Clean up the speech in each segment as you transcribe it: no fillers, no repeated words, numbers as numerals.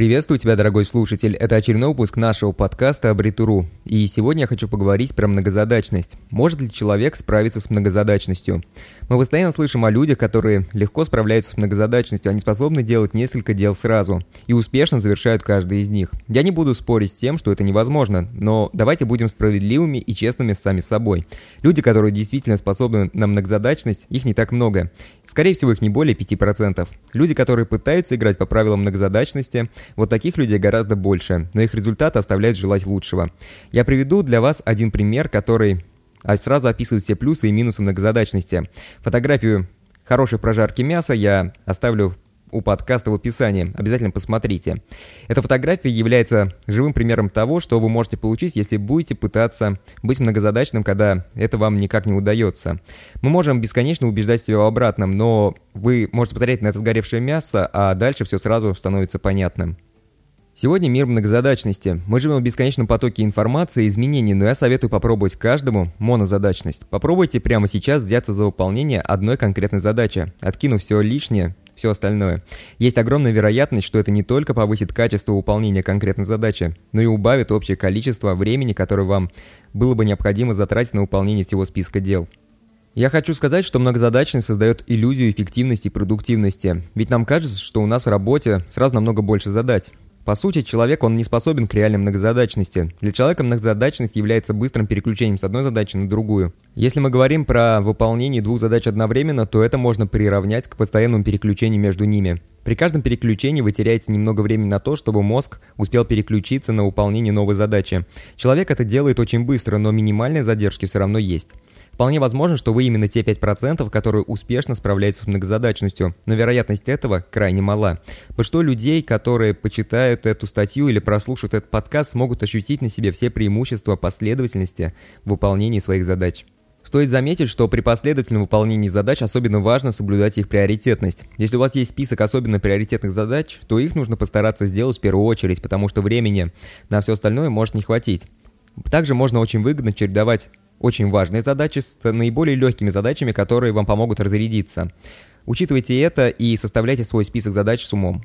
Приветствую тебя, дорогой слушатель. Это очередной выпуск нашего подкаста «Абритуру». И сегодня я хочу поговорить про многозадачность. Может ли человек справиться с многозадачностью? Мы постоянно слышим о людях, которые легко справляются с многозадачностью. Они способны делать несколько дел сразу и успешно завершают каждый из них. Я не буду спорить с тем, что это невозможно, но давайте будем справедливыми и честными сами с собой. Люди, которые действительно способны на многозадачность, их не так много. Скорее всего, их не более 5%. Люди, которые пытаются играть по правилам многозадачности, вот таких людей гораздо больше, но их результаты оставляют желать лучшего. Я приведу для вас один пример, который сразу описывает все плюсы и минусы многозадачности. Фотографию хорошей прожарки мяса я оставлю у подкаста в описании. Обязательно посмотрите. Эта фотография является живым примером того, что вы можете получить, если будете пытаться быть многозадачным, когда это вам никак не удается. Мы можем бесконечно убеждать себя в обратном, но вы можете посмотреть на это сгоревшее мясо, а дальше все сразу становится понятным. Сегодня мир многозадачности. Мы живем в бесконечном потоке информации и изменений, но я советую попробовать каждому монозадачность. Попробуйте прямо сейчас взяться за выполнение одной конкретной задачи, откинув все лишнее, все остальное. Есть огромная вероятность, что это не только повысит качество выполнения конкретной задачи, но и убавит общее количество времени, которое вам было бы необходимо затратить на выполнение всего списка дел. Я хочу сказать, что многозадачность создает иллюзию эффективности и продуктивности, ведь нам кажется, что у нас в работе сразу намного больше задач. По сути, человек, он не способен к реальной многозадачности. Для человека многозадачность является быстрым переключением с одной задачи на другую. Если мы говорим про выполнение двух задач одновременно, то это можно приравнять к постоянному переключению между ними. При каждом переключении вы теряете немного времени на то, чтобы мозг успел переключиться на выполнение новой задачи. Человек это делает очень быстро, но минимальные задержки все равно есть. Вполне возможно, что вы именно те 5%, которые успешно справляются с многозадачностью, но вероятность этого крайне мала. Большинство людей, которые почитают эту статью или прослушают этот подкаст, смогут ощутить на себе все преимущества последовательности в выполнении своих задач. Стоит заметить, что при последовательном выполнении задач особенно важно соблюдать их приоритетность. Если у вас есть список особенно приоритетных задач, то их нужно постараться сделать в первую очередь, потому что времени на все остальное может не хватить. Также можно очень выгодно чередовать очень важные задачи с наиболее легкими задачами, которые вам помогут разрядиться. Учитывайте это и составляйте свой список задач с умом.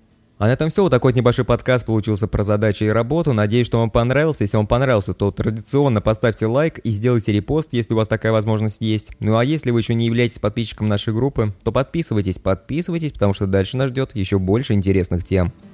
А на этом все. Вот такой небольшой подкаст получился про задачи и работу. Надеюсь, что вам понравился. Если вам понравился, то традиционно поставьте лайк и сделайте репост, если у вас такая возможность есть. Ну а если вы еще не являетесь подписчиком нашей группы, то подписывайтесь, потому что дальше нас ждет еще больше интересных тем.